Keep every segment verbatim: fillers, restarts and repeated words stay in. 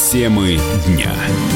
Темы дня.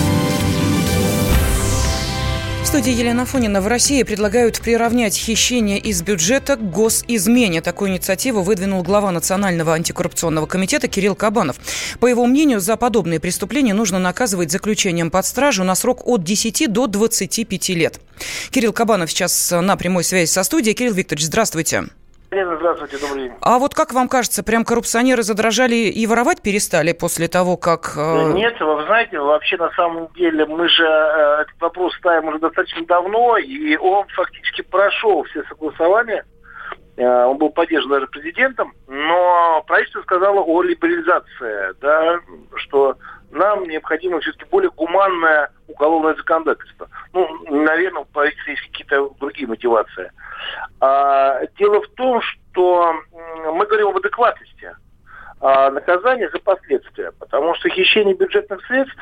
В студии Елена Афонина. В России предлагают приравнять хищение из бюджета к госизмене. Такую инициативу выдвинул глава Национального антикоррупционного комитета Кирилл Кабанов. По его мнению, за подобные преступления нужно наказывать заключением под стражу на срок от десяти до двадцати пяти лет. Кирилл Кабанов сейчас на прямой связи со студией. Кирилл Викторович, здравствуйте. Здравствуйте, добрый день. А вот как вам кажется, прям коррупционеры задрожали и воровать перестали после того, как... Э... Нет, вы знаете, вообще на самом деле мы же э, этот вопрос ставим уже достаточно давно, и он фактически прошел все согласования, э, он был поддержан даже президентом, но правительство сказало о либерализации, да, что нам необходимо все-таки более гуманное уголовное законодательство. Ну, наверное, у правительства есть какие-то другие мотивации. А, дело в том, что мы говорим об адекватности а, наказания за последствия, потому что хищение бюджетных средств,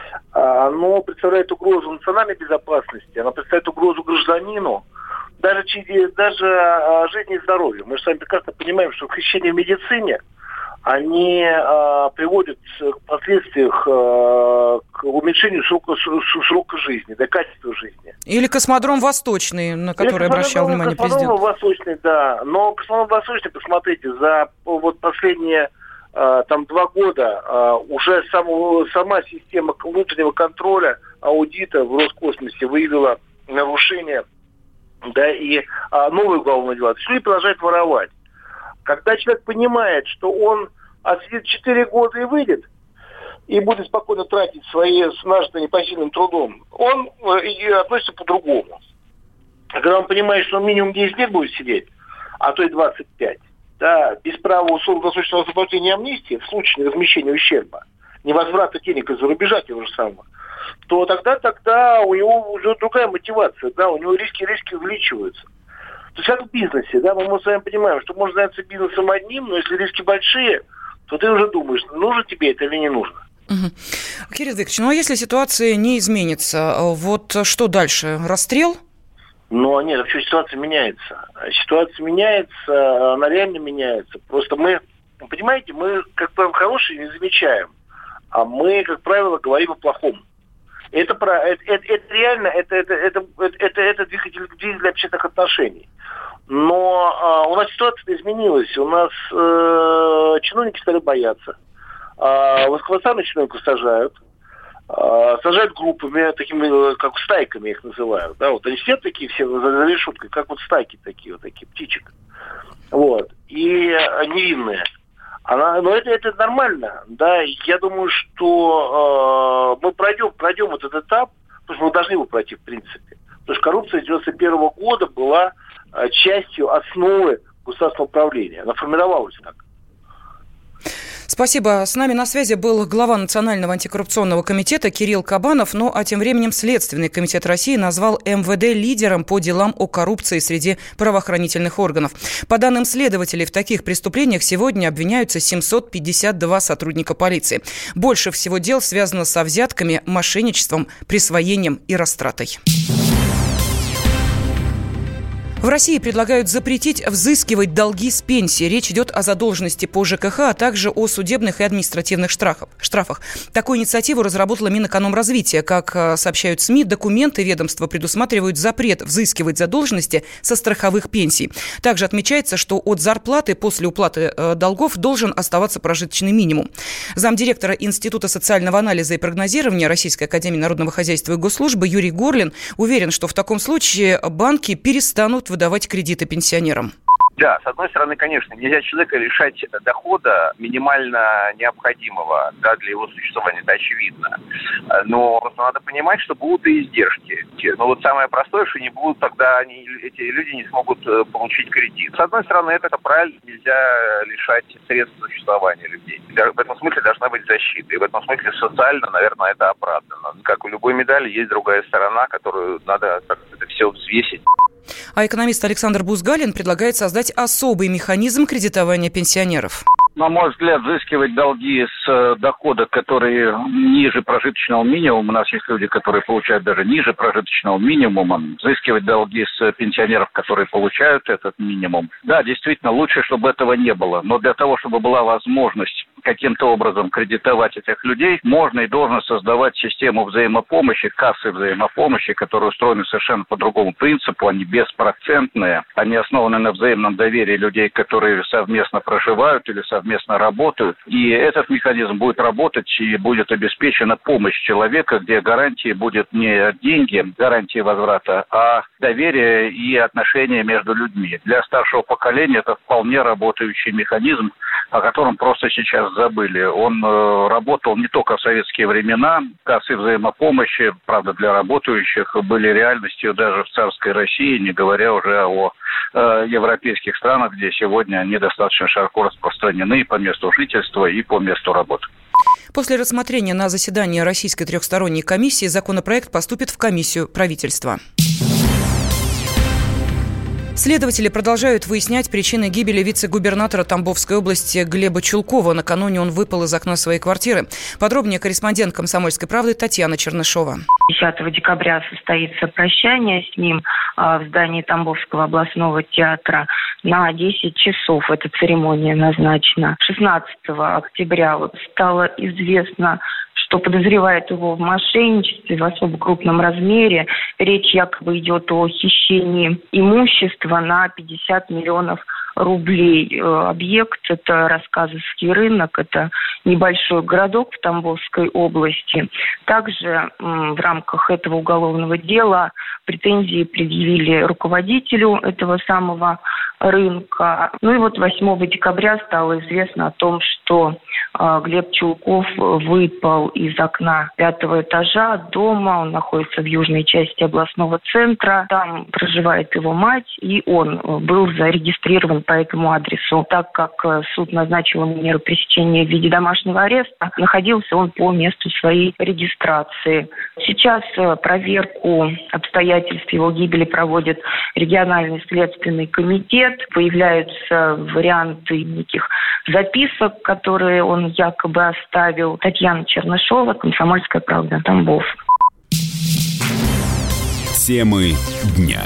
а, оно представляет угрозу национальной безопасности, оно представляет угрозу гражданину, даже, даже а, жизни и здоровью. Мы же с вами прекрасно понимаем, что хищение в медицине, они э, приводят к последствиям, э, к уменьшению срока, срока жизни, до качества жизни. Или космодром Восточный, на который обращал внимание президент. Космодром Восточный, да. Но космодром Восточный, посмотрите, за вот последние э, там два года э, уже сам, сама система внутреннего контроля, аудита в Роскосмосе выявила нарушения, да, и э, новые уголовные дела. То есть люди продолжают воровать. Когда человек понимает, что он отсидит четыре года и выйдет, и будет спокойно тратить свои нажитые непосильным трудом, он и относится по-другому. Когда он понимает, что он минимум десять лет будет сидеть, а то и двадцать пять, да, без права условно-досрочного освобождения амнистии в случае неразмещения ущерба, невозврата денег из-за рубежа того же самого, то тогда, тогда у него уже другая мотивация, да, у него риски, риски увеличиваются. То есть как в бизнесе, да, мы с вами понимаем, что можно заняться бизнесом одним, но если риски большие, то ты уже думаешь, нужно тебе это или не нужно. Угу. Кирилл Викторович, ну а если ситуация не изменится, вот что дальше? Расстрел? Ну, нет, вообще ситуация меняется. Ситуация меняется, она реально меняется. Просто мы, понимаете, мы, как правило, хорошее не замечаем, а мы, как правило, говорим о плохом. Это, это, это, это реально, это, это, это, это, это двигатель, двигатель общественных отношений. Но а, у нас ситуация изменилась. У нас э, чиновники стали бояться. А, воскресенных чиновников сажают. А, сажают группами, такими, как стайками их называют. Да, вот они сидят такие все за, за решеткой, как вот стайки такие, вот такие, птичек. Вот. И а, невинные. Она, но это, это нормально, да, я думаю, что э, мы пройдем, пройдем этот этап, потому что мы должны его пройти в принципе, потому что коррупция с девяносто первого года была э, частью основы государственного управления, она формировалась так. Спасибо. С нами на связи был глава Национального антикоррупционного комитета Кирилл Кабанов. Ну а тем временем Следственный комитет России назвал эм вэ дэ лидером по делам о коррупции среди правоохранительных органов. По данным следователей, в таких преступлениях сегодня обвиняются семьсот пятьдесят два сотрудника полиции. Больше всего дел связано со взятками, мошенничеством, присвоением и растратой. В России предлагают запретить взыскивать долги с пенсии. Речь идет о задолженности по жэ ка ха, а также о судебных и административных штрафах. Такую инициативу разработала Минэкономразвития. Как сообщают СМИ, документы ведомства предусматривают запрет взыскивать задолженности со страховых пенсий. Также отмечается, что от зарплаты после уплаты долгов должен оставаться прожиточный минимум. Замдиректора Института социального анализа и прогнозирования Российской академии народного хозяйства и госслужбы Юрий Горлин уверен, что в таком случае банки перестанут выдавать кредиты пенсионерам. Да, с одной стороны, конечно, нельзя человека лишать дохода минимально необходимого, да, для его существования, это очевидно. Но просто надо понимать, что будут и издержки. Но вот самое простое, что не будут, тогда они, эти люди не смогут получить кредит. С одной стороны, это, это правильно, нельзя лишать средств существования людей. В этом смысле должна быть защита. И в этом смысле социально, наверное, это оправдано. Как у любой медали, есть другая сторона, которую надо это все взвесить. А экономист Александр Бузгалин предлагает создать особый механизм кредитования пенсионеров. На мой взгляд, взыскивать долги с дохода, который ниже прожиточного минимума, у нас есть люди, которые получают даже ниже прожиточного минимума, взыскивать долги с пенсионеров, которые получают этот минимум. Да, действительно, лучше, чтобы этого не было, но для того, чтобы была возможность каким-то образом кредитовать этих людей, можно и должно создавать систему взаимопомощи, кассы взаимопомощи, которые устроены совершенно по другому принципу, они беспроцентные, они основаны на взаимном доверии людей, которые совместно проживают или совместно работают. И этот механизм будет работать и будет обеспечена помощь человека, где гарантией будет не деньги, гарантии возврата, а доверие и отношения между людьми. Для старшего поколения это вполне работающий механизм, о котором просто сейчас забыли. Он э, работал не только в советские времена, кассы взаимопомощи, правда, для работающих были реальностью даже в царской России, не говоря уже о э, европейских странах, где сегодня они достаточно широко распространены и по месту жительства, и по месту работы. После рассмотрения на заседании Российской трехсторонней комиссии законопроект поступит в комиссию правительства. Следователи продолжают выяснять причины гибели вице-губернатора Тамбовской области Глеба Чулкова. Накануне он выпал из окна своей квартиры. Подробнее корреспондент «Комсомольской правды» Татьяна Чернышова. десятого декабря состоится прощание с ним в здании Тамбовского областного театра на десять часов. Эта церемония назначена. шестнадцатого октября вот стало известно, что подозревает его в мошенничестве в особо крупном размере. Речь якобы идет о хищении имущества на пятьдесят миллионов рублей. Объект – это Рассказовский рынок, это небольшой городок в Тамбовской области. Также в рамках этого уголовного дела претензии предъявили руководителю этого самого рынка. Ну и вот восьмого декабря стало известно о том, что Глеб Чулков выпал из окна пятого этажа дома. Он находится в южной части областного центра. Там проживает его мать, и он был зарегистрирован по этому адресу. Так как суд назначил ему меру пресечения в виде домашнего ареста, находился он по месту своей регистрации. Сейчас проверку обстоятельств его гибели проводит региональный следственный комитет. Появляются варианты неких записок, которые он якобы оставил. Татьяна Чернышова, «Комсомольская правда», Тамбов. Темы дня.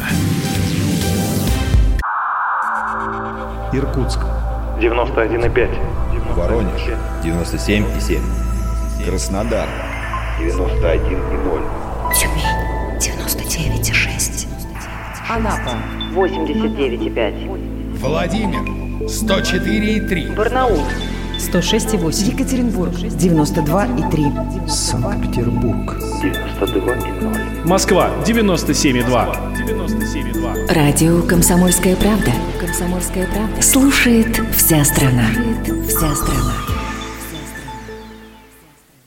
Иркутск. девяносто один и пять. Воронеж. девяносто семь и семь. Краснодар. девяносто один и ноль. Тюмень. девяносто девять и шесть. Анапа. восемьдесят девять и пять. Владимир. сто четыре и три. Барнаул. сто шесть и восемь. Екатеринбург. девяносто два и три. Санкт-Петербург. девяносто два и ноль. Москва. девяносто семь и два. Радио «Комсомольская правда». «Комсомольская правда». Слушает вся страна. Слушает вся страна.